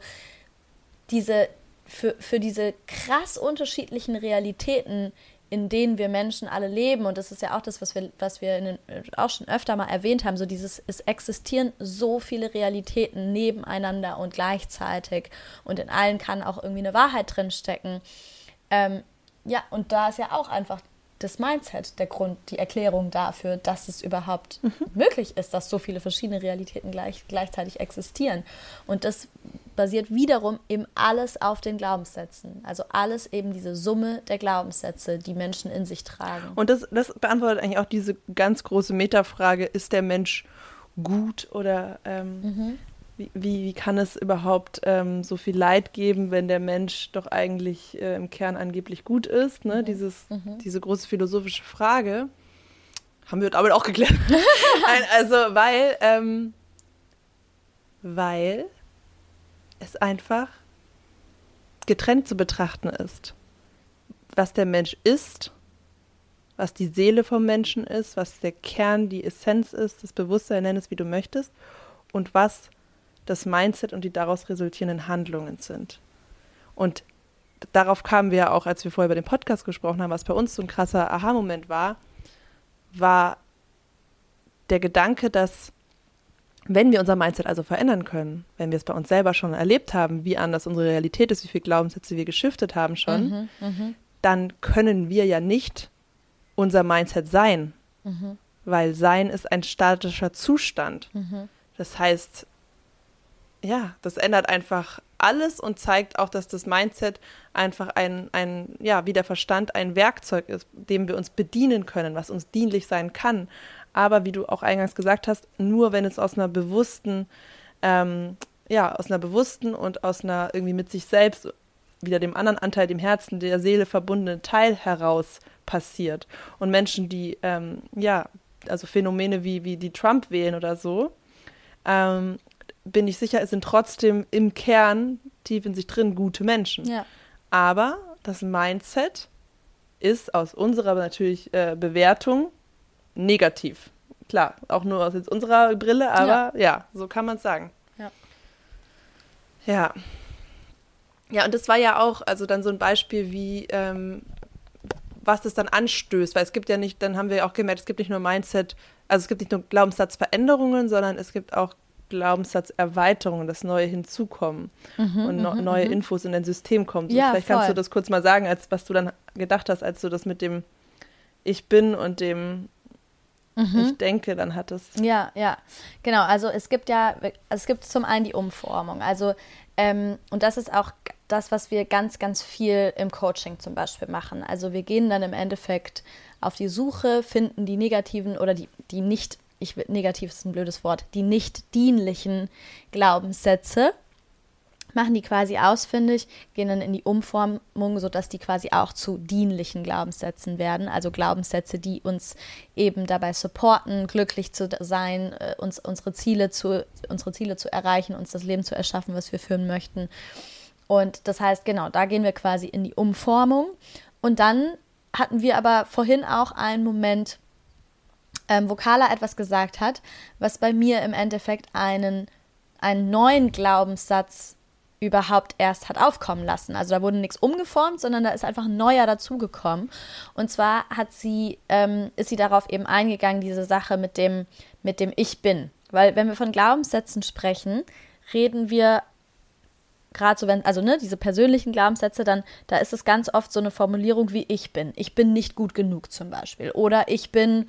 für diese krass unterschiedlichen Realitäten, in denen wir Menschen alle leben, und das ist ja auch das, was wir auch schon öfter mal erwähnt haben, so es existieren so viele Realitäten nebeneinander und gleichzeitig und in allen kann auch irgendwie eine Wahrheit drinstecken. Und da ist ja auch einfach das Mindset der Grund, die Erklärung dafür, dass es überhaupt möglich ist, dass so viele verschiedene Realitäten gleichzeitig existieren. Und das basiert wiederum eben alles auf den Glaubenssätzen. Also alles eben diese Summe der Glaubenssätze, die Menschen in sich tragen. Und das beantwortet eigentlich auch diese ganz große Metafrage, ist der Mensch gut oder wie kann es überhaupt so viel Leid geben, wenn der Mensch doch eigentlich im Kern angeblich gut ist? Ne? Diese große philosophische Frage haben wir damit auch geklärt. Nein, also weil es einfach getrennt zu betrachten ist, was der Mensch ist was die Seele vom Menschen ist, was der Kern, die Essenz ist, das Bewusstsein, nenn es wie du möchtest, und was das Mindset und die daraus resultierenden Handlungen sind. Und darauf kamen wir ja auch, als wir vorher über den Podcast gesprochen haben, was bei uns so ein krasser Aha-Moment war der Gedanke, dass wenn wir unser Mindset also verändern können, wenn wir es bei uns selber schon erlebt haben, wie anders unsere Realität ist, wie viele Glaubenssätze wir geschiftet haben schon, dann können wir ja nicht unser Mindset sein, weil Sein ist ein statischer Zustand. Das heißt, ja, das ändert einfach alles und zeigt auch, dass das Mindset einfach wie der Verstand ein Werkzeug ist, dem wir uns bedienen können, was uns dienlich sein kann. Aber wie du auch eingangs gesagt hast, nur wenn es aus einer bewussten und aus einer irgendwie mit sich selbst, wieder dem anderen Anteil, dem Herzen, der Seele verbundenen Teil heraus passiert. Und Menschen, die, also Phänomene wie die Trump wählen oder so, bin ich sicher, es sind trotzdem im Kern, tief in sich drin, gute Menschen. Ja. Aber das Mindset ist aus unserer natürlich Bewertung negativ. Klar, auch nur aus jetzt unserer Brille, aber ja so kann man es sagen. Ja. Ja, und das war ja auch, also dann so ein Beispiel, wie was das dann anstößt, weil es gibt ja nicht, dann haben wir ja auch gemerkt, es gibt nicht nur Mindset, also es gibt nicht nur Glaubenssatzveränderungen, sondern es gibt auch Glaubenssatzerweiterungen, dass neue hinzukommen und neue Infos in dein System kommen. So, vielleicht kannst du das kurz mal sagen, als was du dann gedacht hast, als du das mit dem Ich bin und dem Ich denke dann hattest. Ja, genau. Also es gibt zum einen die Umformung. Also und das ist auch das, was wir ganz, ganz viel im Coaching zum Beispiel machen. Also wir gehen dann im Endeffekt auf die Suche, finden die negativen oder die nicht, negativ ist ein blödes Wort, die nicht dienlichen Glaubenssätze, machen die quasi ausfindig, gehen dann in die Umformung, sodass die quasi auch zu dienlichen Glaubenssätzen werden. Also Glaubenssätze, die uns eben dabei supporten, glücklich zu sein, unsere Ziele zu erreichen, uns das Leben zu erschaffen, was wir führen möchten. Und das heißt, genau, da gehen wir quasi in die Umformung. Und dann hatten wir aber vorhin auch einen Moment, wo Carla etwas gesagt hat, was bei mir im Endeffekt einen neuen Glaubenssatz überhaupt erst hat aufkommen lassen. Also da wurde nichts umgeformt, sondern da ist einfach ein neuer dazugekommen. Und zwar ist sie darauf eben eingegangen, diese Sache mit dem Ich Bin. Weil wenn wir von Glaubenssätzen sprechen, reden wir gerade so, diese persönlichen Glaubenssätze, dann da ist es ganz oft so eine Formulierung wie Ich bin nicht gut genug zum Beispiel. Oder ich bin,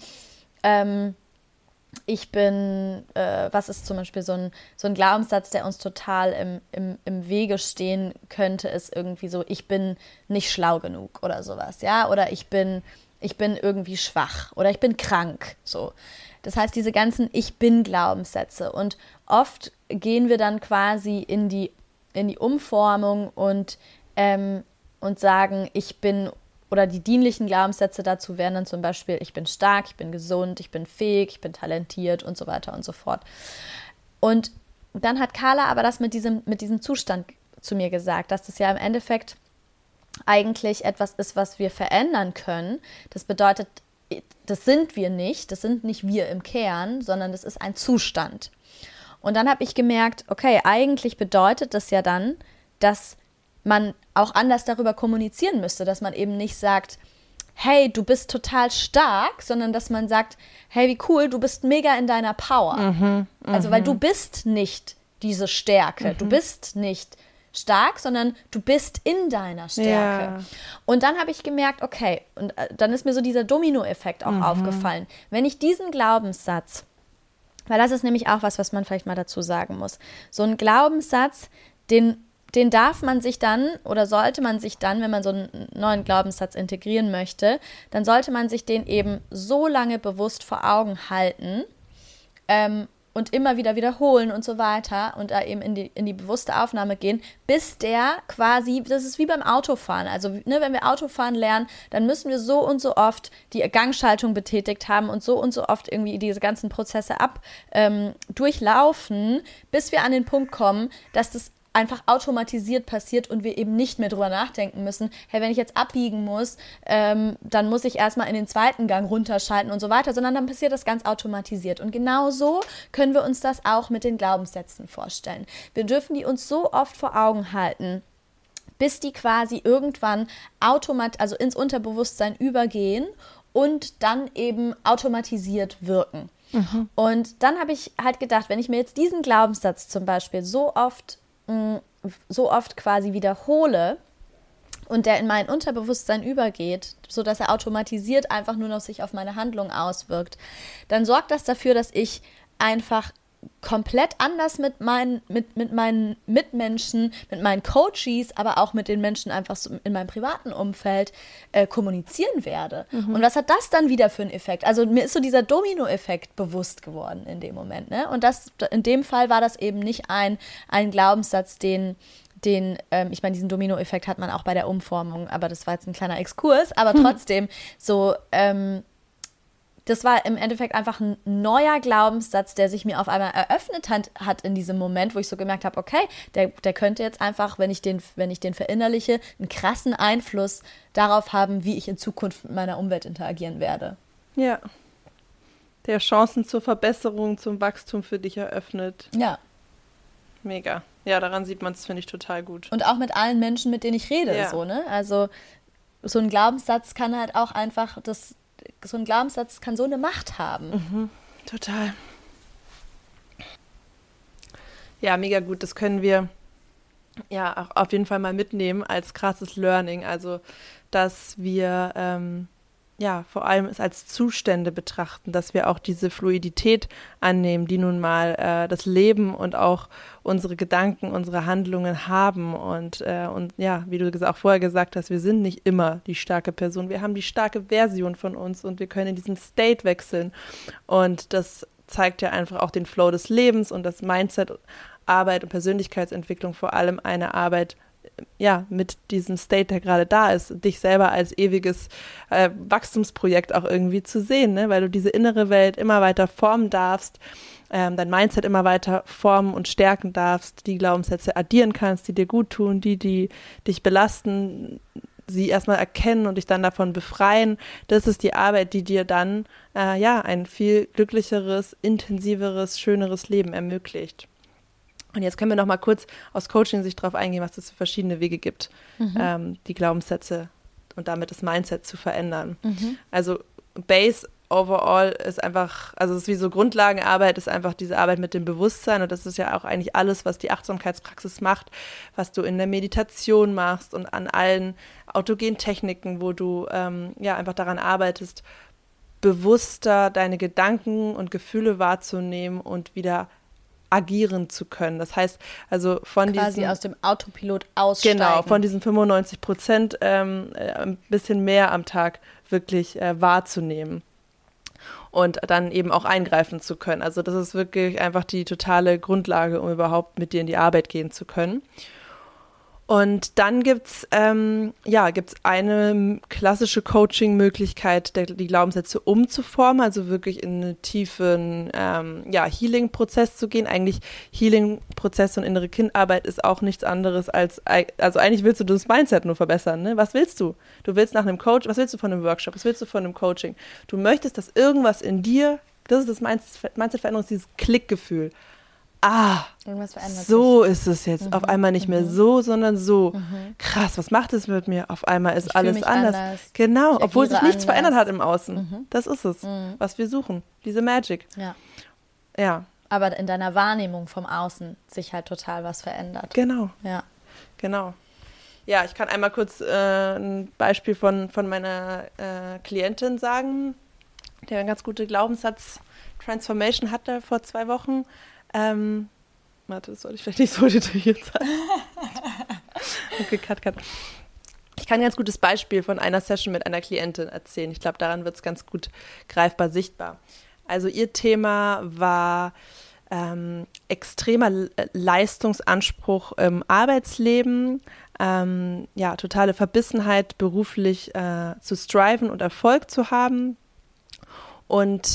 was ist zum Beispiel so ein Glaubenssatz, der uns total im Wege stehen könnte, ist irgendwie so, ich bin nicht schlau genug oder sowas, ja, oder ich bin irgendwie schwach oder ich bin krank, so. Das heißt, diese ganzen Ich-Bin-Glaubenssätze, und oft gehen wir dann quasi in die Umformung und sagen, ich bin, oder die dienlichen Glaubenssätze dazu wären dann zum Beispiel, ich bin stark, ich bin gesund, ich bin fähig, ich bin talentiert und so weiter und so fort. Und dann hat Carla aber das mit diesem Zustand zu mir gesagt, dass das ja im Endeffekt eigentlich etwas ist, was wir verändern können. Das bedeutet, das sind wir nicht, das sind nicht wir im Kern, sondern das ist ein Zustand. Und dann habe ich gemerkt, okay, eigentlich bedeutet das ja dann, dass man auch anders darüber kommunizieren müsste, dass man eben nicht sagt, hey, du bist total stark, sondern dass man sagt, hey, wie cool, du bist mega in deiner Power. Also, weil du bist nicht diese Stärke, du bist nicht stark, sondern du bist in deiner Stärke. Ja. Und dann habe ich gemerkt, okay, und dann ist mir so dieser Dominoeffekt auch aufgefallen. Wenn ich diesen Glaubenssatz, weil das ist nämlich auch was man vielleicht mal dazu sagen muss, so ein Glaubenssatz, den darf man sich dann oder sollte man sich dann, wenn man so einen neuen Glaubenssatz integrieren möchte, dann sollte man sich den eben so lange bewusst vor Augen halten und immer wieder wiederholen und so weiter und da eben in die bewusste Aufnahme gehen, bis der quasi, das ist wie beim Autofahren, also wenn wir Autofahren lernen, dann müssen wir so und so oft die Gangschaltung betätigt haben und so oft irgendwie diese ganzen Prozesse durchlaufen, bis wir an den Punkt kommen, dass das einfach automatisiert passiert und wir eben nicht mehr drüber nachdenken müssen, hey, wenn ich jetzt abbiegen muss, dann muss ich erstmal in den zweiten Gang runterschalten und so weiter, sondern dann passiert das ganz automatisiert. Und genau so können wir uns das auch mit den Glaubenssätzen vorstellen. Wir dürfen die uns so oft vor Augen halten, bis die quasi irgendwann also ins Unterbewusstsein übergehen und dann eben automatisiert wirken. Und dann habe ich halt gedacht, wenn ich mir jetzt diesen Glaubenssatz zum Beispiel so oft quasi wiederhole und der in mein Unterbewusstsein übergeht, sodass er automatisiert einfach nur noch sich auf meine Handlung auswirkt, dann sorgt das dafür, dass ich einfach komplett anders mit meinen Mitmenschen, mit meinen Coaches, aber auch mit den Menschen einfach so in meinem privaten Umfeld kommunizieren werde. Und was hat das dann wieder für einen Effekt? Also mir ist so dieser Domino-Effekt bewusst geworden in dem Moment. Ne? Und in dem Fall war das eben nicht ein Glaubenssatz, ich meine, diesen Domino-Effekt hat man auch bei der Umformung, aber das war jetzt ein kleiner Exkurs, aber trotzdem so, das war im Endeffekt einfach ein neuer Glaubenssatz, der sich mir auf einmal eröffnet hat in diesem Moment, wo ich so gemerkt habe, okay, der könnte jetzt einfach, wenn ich den verinnerliche, einen krassen Einfluss darauf haben, wie ich in Zukunft mit meiner Umwelt interagieren werde. Ja. Der Chancen zur Verbesserung, zum Wachstum für dich eröffnet. Ja. Mega. Ja, daran sieht man es, finde ich, total gut. Und auch mit allen Menschen, mit denen ich rede, Ja. so, ne? Also so ein Glaubenssatz kann halt auch einfach so ein Glaubenssatz kann so eine Macht haben. Total. Ja, mega gut. Das können wir ja auch auf jeden Fall mal mitnehmen als krasses Learning. Also, dass wir vor allem es als Zustände betrachten, dass wir auch diese Fluidität annehmen, die nun mal das Leben und auch unsere Gedanken, unsere Handlungen haben. Und ja, wie du auch vorher gesagt hast, wir sind nicht immer die starke Person. Wir haben die starke Version von uns und wir können in diesen State wechseln. Und das zeigt ja einfach auch den Flow des Lebens und das Mindset, Arbeit und Persönlichkeitsentwicklung, vor allem eine Arbeit mit diesem State, der gerade da ist, dich selber als ewiges Wachstumsprojekt auch irgendwie zu sehen, ne? Weil du diese innere Welt immer weiter formen darfst, dein Mindset immer weiter formen und stärken darfst, die Glaubenssätze addieren kannst, die dir gut tun, die dich belasten, sie erstmal erkennen und dich dann davon befreien. Das ist die Arbeit, die dir dann ein viel glücklicheres, intensiveres, schöneres Leben ermöglicht. Und jetzt können wir noch mal kurz aus Coaching-Sicht darauf eingehen, was es für verschiedene Wege gibt, die Glaubenssätze und damit das Mindset zu verändern. Also Base overall ist einfach, also es ist wie so Grundlagenarbeit, ist einfach diese Arbeit mit dem Bewusstsein und das ist ja auch eigentlich alles, was die Achtsamkeitspraxis macht, was du in der Meditation machst und an allen autogenen Techniken, wo du einfach daran arbeitest, bewusster deine Gedanken und Gefühle wahrzunehmen und wieder agieren zu können. Das heißt, also von quasi aus dem Autopilot aussteigen. Genau, von diesen 95% ein bisschen mehr am Tag wirklich wahrzunehmen und dann eben auch eingreifen zu können. Also das ist wirklich einfach die totale Grundlage, um überhaupt mit dir in die Arbeit gehen zu können. Und dann gibt's eine klassische Coaching-Möglichkeit, die Glaubenssätze umzuformen, also wirklich in einen tiefen Healing-Prozess zu gehen. Eigentlich Healing-Prozess und innere Kindarbeit ist auch nichts anderes also eigentlich willst du das Mindset nur verbessern, ne? Was willst du? Du willst nach einem Coach, was willst du von einem Workshop, was willst du von einem Coaching? Du möchtest, dass irgendwas in dir, das ist das Mindset-Veränderung, dieses Klickgefühl. Irgendwas verändert so sich. ist es jetzt. Auf einmal nicht mehr so, sondern so. Krass, was macht es mit mir? Auf einmal ist alles anders. Genau, obwohl sich nichts verändert hat im Außen. Das ist es, was wir suchen. Diese Magic. Ja. Aber in deiner Wahrnehmung vom Außen sich halt total was verändert. Genau. Ja. Genau. Ja, ich kann einmal kurz ein Beispiel von meiner Klientin sagen, der eine ganz gute Glaubenssatz-Transformation hatte vor 2 Wochen. Warte, das sollte ich vielleicht nicht so detailliert sein. Okay, cut. Ich kann ein ganz gutes Beispiel von einer Session mit einer Klientin erzählen. Ich glaube, daran wird es ganz gut greifbar sichtbar. Also ihr Thema war extremer Leistungsanspruch im Arbeitsleben, totale Verbissenheit, beruflich zu striven und Erfolg zu haben. Und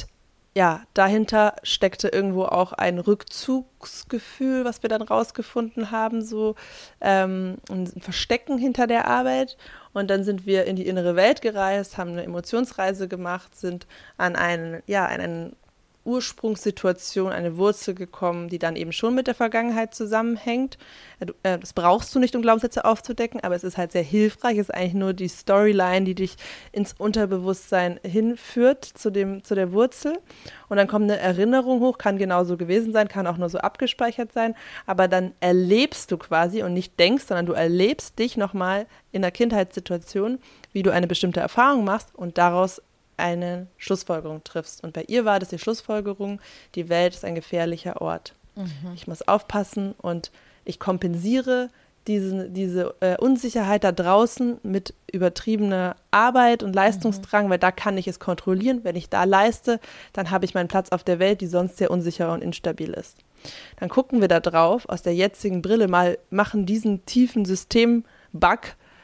ja, dahinter steckte irgendwo auch ein Rückzugsgefühl, was wir dann rausgefunden haben, so ein Verstecken hinter der Arbeit. Und dann sind wir in die innere Welt gereist, haben eine Emotionsreise gemacht, sind an an eine Ursprungssituation, eine Wurzel gekommen, die dann eben schon mit der Vergangenheit zusammenhängt. Das brauchst du nicht, um Glaubenssätze aufzudecken, aber es ist halt sehr hilfreich. Es ist eigentlich nur die Storyline, die dich ins Unterbewusstsein hinführt zu der Wurzel. Und dann kommt eine Erinnerung hoch, kann genauso gewesen sein, kann auch nur so abgespeichert sein, aber dann erlebst du quasi und nicht denkst, sondern du erlebst dich nochmal in der Kindheitssituation, wie du eine bestimmte Erfahrung machst und daraus eine Schlussfolgerung triffst. Und bei ihr war das die Schlussfolgerung, die Welt ist ein gefährlicher Ort. Ich muss aufpassen und ich kompensiere diese Unsicherheit da draußen mit übertriebener Arbeit und Leistungsdrang, weil da kann ich es kontrollieren. Wenn ich da leiste, dann habe ich meinen Platz auf der Welt, die sonst sehr unsicher und instabil ist. Dann gucken wir da drauf, aus der jetzigen Brille mal, machen diesen tiefen Systembug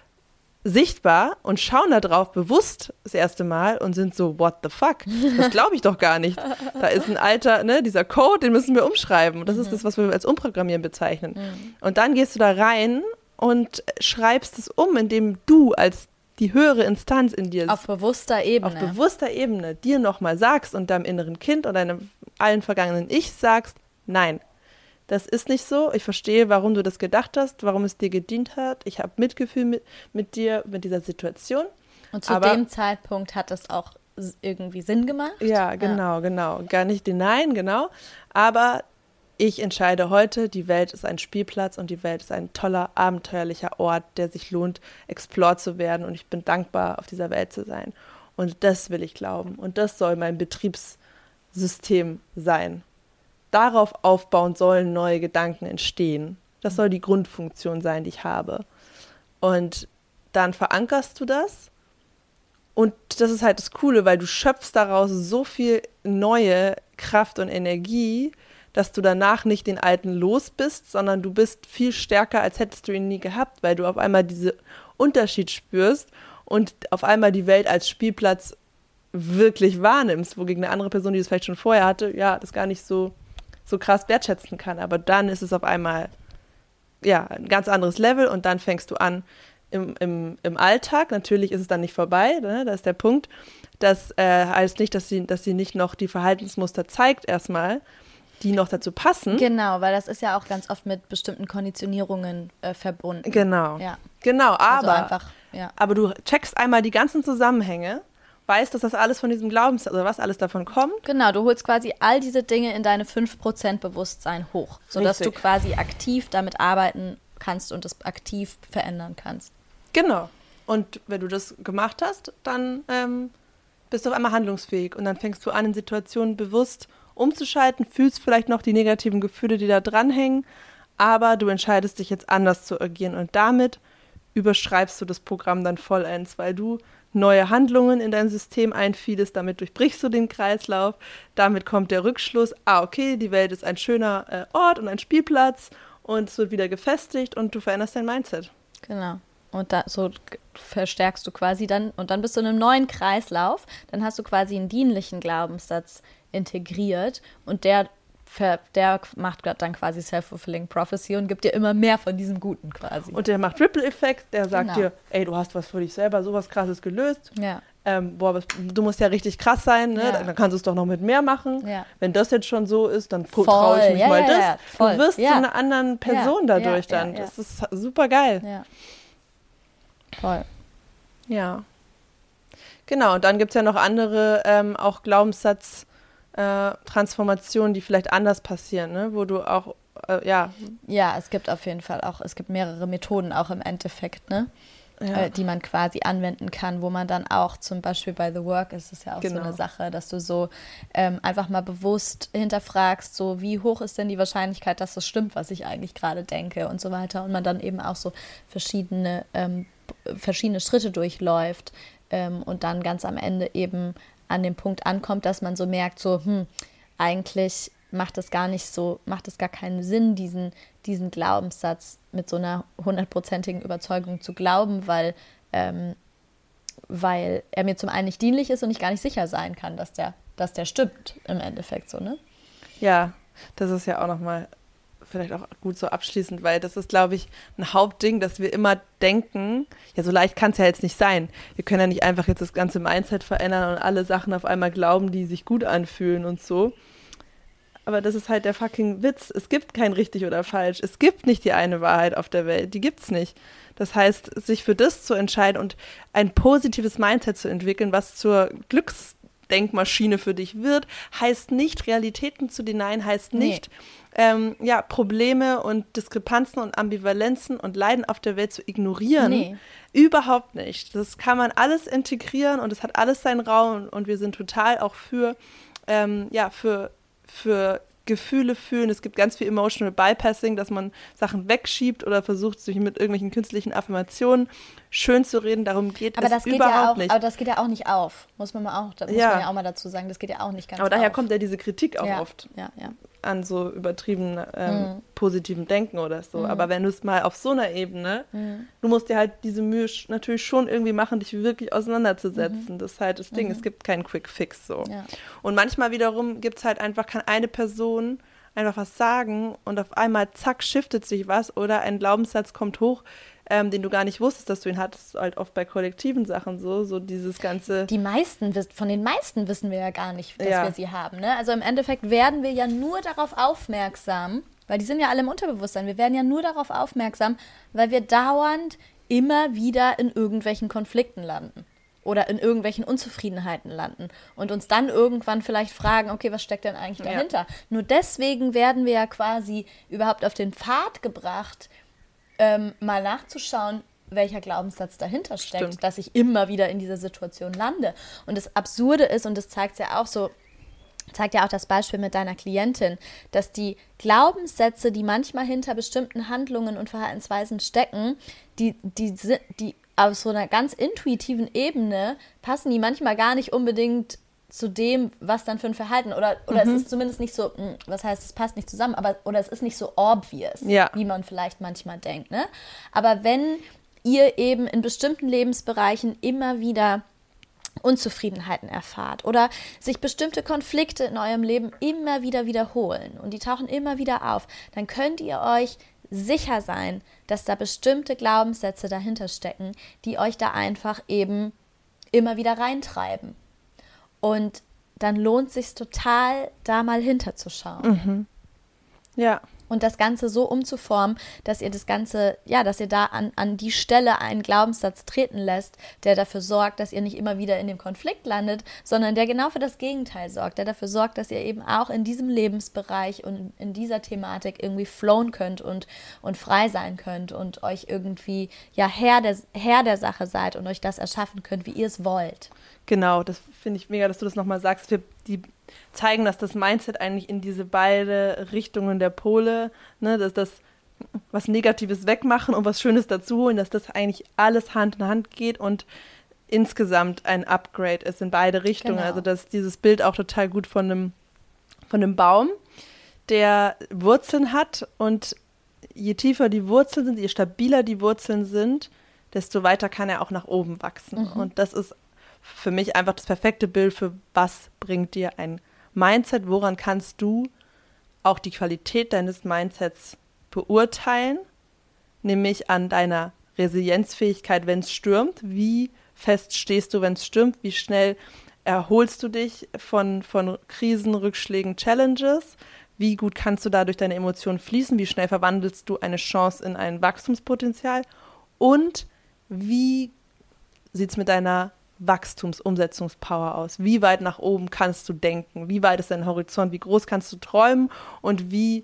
sichtbar und schauen da drauf bewusst das erste Mal und sind so, what the fuck? Das glaube ich doch gar nicht. Da ist ein alter, dieser Code, den müssen wir umschreiben. Und das ist das, was wir als Umprogrammieren bezeichnen. Und dann gehst du da rein und schreibst es um, indem du als die höhere Instanz in dir auf bewusster Ebene dir nochmal sagst und deinem inneren Kind oder deinem allen vergangenen Ich sagst, nein, das ist nicht so. Ich verstehe, warum du das gedacht hast, warum es dir gedient hat. Ich habe Mitgefühl mit dir, mit dieser Situation. Und zu dem Zeitpunkt hat es auch irgendwie Sinn gemacht? Ja, genau. Gar nicht den Nein, genau. Aber ich entscheide heute, die Welt ist ein Spielplatz und die Welt ist ein toller, abenteuerlicher Ort, der sich lohnt, explored zu werden. Und ich bin dankbar, auf dieser Welt zu sein. Und das will ich glauben. Und das soll mein Betriebssystem sein. Darauf aufbauend sollen neue Gedanken entstehen. Das soll die Grundfunktion sein, die ich habe. Und dann verankerst du das. Und das ist halt das Coole, weil du schöpfst daraus so viel neue Kraft und Energie, dass du danach nicht den alten los bist, sondern du bist viel stärker, als hättest du ihn nie gehabt, weil du auf einmal diesen Unterschied spürst und auf einmal die Welt als Spielplatz wirklich wahrnimmst, wogegen eine andere Person, die das vielleicht schon vorher hatte, ja, das gar nicht so krass wertschätzen kann. Aber dann ist es auf einmal ein ganz anderes Level und dann fängst du an im Alltag. Natürlich ist es dann nicht vorbei, ne? Da ist der Punkt. Das heißt nicht, dass sie nicht noch die Verhaltensmuster zeigt erstmal, die noch dazu passen. Genau, weil das ist ja auch ganz oft mit bestimmten Konditionierungen verbunden. Genau. Ja. Genau, aber, also einfach, aber du checkst einmal die ganzen Zusammenhänge, weißt, dass das alles von diesem Glaubenssatz oder was alles davon kommt. Genau, du holst quasi all diese Dinge in deine 5% Bewusstsein hoch, sodass du quasi aktiv damit arbeiten kannst und es aktiv verändern kannst. Genau. Und wenn du das gemacht hast, dann bist du auf einmal handlungsfähig und dann fängst du an, in Situationen bewusst umzuschalten, fühlst vielleicht noch die negativen Gefühle, die da dranhängen, aber du entscheidest dich jetzt anders zu agieren und damit überschreibst du das Programm dann vollends, weil du neue Handlungen in dein System einfiedest, damit durchbrichst du den Kreislauf, damit kommt der Rückschluss, okay, die Welt ist ein schöner Ort und ein Spielplatz und es wird wieder gefestigt und du veränderst dein Mindset. Genau. Und so verstärkst du quasi dann, und dann bist du in einem neuen Kreislauf, dann hast du quasi einen dienlichen Glaubenssatz integriert und der macht dann quasi Self-Fulfilling Prophecy und gibt dir immer mehr von diesem Guten quasi. Und der macht Ripple-Effekt, der sagt dir, ey, du hast was für dich selber, sowas Krasses gelöst. Ja. Du musst ja richtig krass sein, ne? Ja. Dann kannst du es doch noch mit mehr machen. Ja. Wenn das jetzt schon so ist, dann traue ich mich mal das. Ja, voll. Du wirst zu einer anderen Person dadurch dann. Ja. Das ist super geil. Ja. Voll. Ja. Genau, und dann gibt es ja noch andere auch Glaubenssatz-Transformationen, die vielleicht anders passieren, ne? Wo du auch, Ja, es gibt auf jeden Fall auch, es gibt mehrere Methoden auch im Endeffekt, ne? Ja. Die man quasi anwenden kann, wo man dann auch zum Beispiel bei The Work ist es ja auch so eine Sache, dass du so einfach mal bewusst hinterfragst, so wie hoch ist denn die Wahrscheinlichkeit, dass das stimmt, was ich eigentlich gerade denke und so weiter und man dann eben auch so verschiedene Schritte durchläuft und dann ganz am Ende eben an dem Punkt ankommt, dass man so merkt, so eigentlich macht es gar keinen Sinn, diesen Glaubenssatz mit so einer 100%igen Überzeugung zu glauben, weil er mir zum einen nicht dienlich ist und ich gar nicht sicher sein kann, dass der dass der stimmt im Endeffekt so, ne? Ja, das ist ja auch nochmal vielleicht auch gut so abschließend, weil das ist, glaube ich, ein Hauptding, dass wir immer denken, ja, so leicht kann es ja jetzt nicht sein. Wir können ja nicht einfach jetzt das ganze Mindset verändern und alle Sachen auf einmal glauben, die sich gut anfühlen und so. Aber das ist halt der fucking Witz. Es gibt kein richtig oder falsch. Es gibt nicht die eine Wahrheit auf der Welt. Die gibt's nicht. Das heißt, sich für das zu entscheiden und ein positives Mindset zu entwickeln, was zur Glücksdenkmaschine für dich wird, heißt nicht, Realitäten zu denyen, heißt nicht, Probleme und Diskrepanzen und Ambivalenzen und Leiden auf der Welt zu ignorieren. Nee. Überhaupt nicht. Das kann man alles integrieren und es hat alles seinen Raum und wir sind total auch für Gefühle fühlen. Es gibt ganz viel Emotional Bypassing, dass man Sachen wegschiebt oder versucht, sich mit irgendwelchen künstlichen Affirmationen schön zu reden. Darum geht es überhaupt nicht. Aber das geht ja auch nicht auf, muss man ja auch mal dazu sagen. Das geht ja auch nicht ganz auf. Aber daher kommt ja diese Kritik auch oft ja. an so übertriebenen positiven Denken oder so. Aber wenn du es mal auf so einer Ebene, du musst dir halt diese Mühe natürlich schon irgendwie machen, dich wirklich auseinanderzusetzen. Das ist halt das Ding. Es gibt keinen Quick Fix so. Ja. Und manchmal wiederum gibt es halt einfach, kann eine Person einfach was sagen und auf einmal zack, shiftet sich was oder ein Glaubenssatz kommt hoch, den du gar nicht wusstest, dass du ihn hattest, halt oft bei kollektiven Sachen so dieses ganze... Von den meisten wissen wir ja gar nicht, dass wir sie haben, ne? Also im Endeffekt werden wir ja nur darauf aufmerksam, weil die sind ja alle im Unterbewusstsein, wir werden ja nur darauf aufmerksam, weil wir dauernd immer wieder in irgendwelchen Konflikten landen oder in irgendwelchen Unzufriedenheiten landen und uns dann irgendwann vielleicht fragen, okay, was steckt denn eigentlich dahinter? Ja. Nur deswegen werden wir ja quasi überhaupt auf den Pfad gebracht, mal nachzuschauen, welcher Glaubenssatz dahinter steckt, dass ich immer wieder in dieser Situation lande. Und das Absurde ist, und das zeigt ja auch das Beispiel mit deiner Klientin, dass die Glaubenssätze, die manchmal hinter bestimmten Handlungen und Verhaltensweisen stecken, die auf so einer ganz intuitiven Ebene passen die manchmal gar nicht unbedingt zu dem, was dann für ein Verhalten oder es ist zumindest nicht so, was heißt, es passt nicht zusammen, oder es ist nicht so obvious, wie man vielleicht manchmal denkt, ne? Aber wenn ihr eben in bestimmten Lebensbereichen immer wieder Unzufriedenheiten erfahrt oder sich bestimmte Konflikte in eurem Leben immer wieder wiederholen und die tauchen immer wieder auf, dann könnt ihr euch sicher sein, dass da bestimmte Glaubenssätze dahinter stecken, die euch da einfach eben immer wieder reintreiben. Und dann lohnt es sich total, da mal hinterzuschauen. Ja. Und das Ganze so umzuformen, dass ihr das Ganze, dass ihr da an die Stelle einen Glaubenssatz treten lässt, der dafür sorgt, dass ihr nicht immer wieder in dem Konflikt landet, sondern der genau für das Gegenteil sorgt, der dafür sorgt, dass ihr eben auch in diesem Lebensbereich und in dieser Thematik irgendwie flowen könnt und frei sein könnt und euch irgendwie Herr der Sache seid und euch das erschaffen könnt, wie ihr es wollt. Genau, das finde ich mega, dass du das nochmal sagst. Die zeigen, dass das Mindset eigentlich in diese beide Richtungen der Pole, ne, dass das was Negatives wegmachen und was Schönes dazu holen, dass das eigentlich alles Hand in Hand geht und insgesamt ein Upgrade ist in beide Richtungen. Genau. Also dass dieses Bild auch total gut von einem Baum, der Wurzeln hat und je tiefer die Wurzeln sind, je stabiler die Wurzeln sind, desto weiter kann er auch nach oben wachsen. Und das ist für mich einfach das perfekte Bild für was bringt dir ein Mindset, woran kannst du auch die Qualität deines Mindsets beurteilen, nämlich an deiner Resilienzfähigkeit, wenn es stürmt, wie fest stehst du, wenn es stürmt, wie schnell erholst du dich von Krisen, Rückschlägen, Challenges, wie gut kannst du da durch deine Emotionen fließen, wie schnell verwandelst du eine Chance in ein Wachstumspotenzial und wie sieht es mit deiner Wachstumsumsetzungspower aus? Wie weit nach oben kannst du denken? Wie weit ist dein Horizont? Wie groß kannst du träumen? Und wie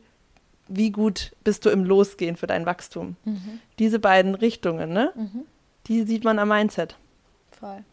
gut bist du im Losgehen für dein Wachstum? Diese beiden Richtungen, ne? Die sieht man am Mindset. Voll.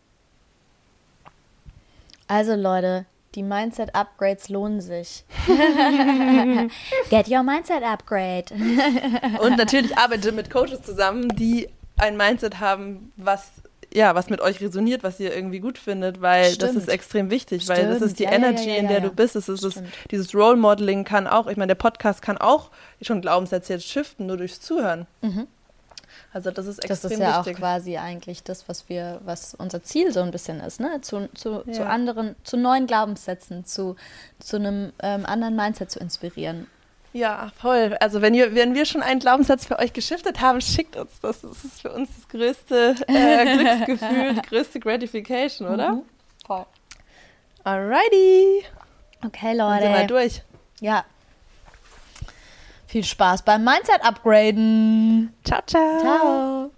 Also Leute, die Mindset-Upgrades lohnen sich. Get your Mindset-Upgrade. Und natürlich arbeite mit Coaches zusammen, die ein Mindset haben, was mit euch resoniert, was ihr irgendwie gut findet, weil das ist extrem wichtig, weil das ist die Energy, in der du bist. Dieses Role-Modeling kann auch, ich meine, der Podcast kann auch schon Glaubenssätze jetzt shiften, nur durchs Zuhören. Also das ist Das extrem ist ja wichtig. auch quasi eigentlich das, was unser Ziel so ein bisschen ist, ne? Zu Ja. anderen, zu neuen Glaubenssätzen, zu einem anderen Mindset zu inspirieren. Ja, voll. Also wenn wir schon einen Glaubenssatz für euch geschiftet haben, schickt uns das. Das ist für uns das größte Glücksgefühl, die größte Gratification, oder? Mhm. Voll. Alrighty. Okay, Dann sind wir Leute. durch. Ja. Viel Spaß beim Mindset-Upgraden. Ciao, ciao. Ciao.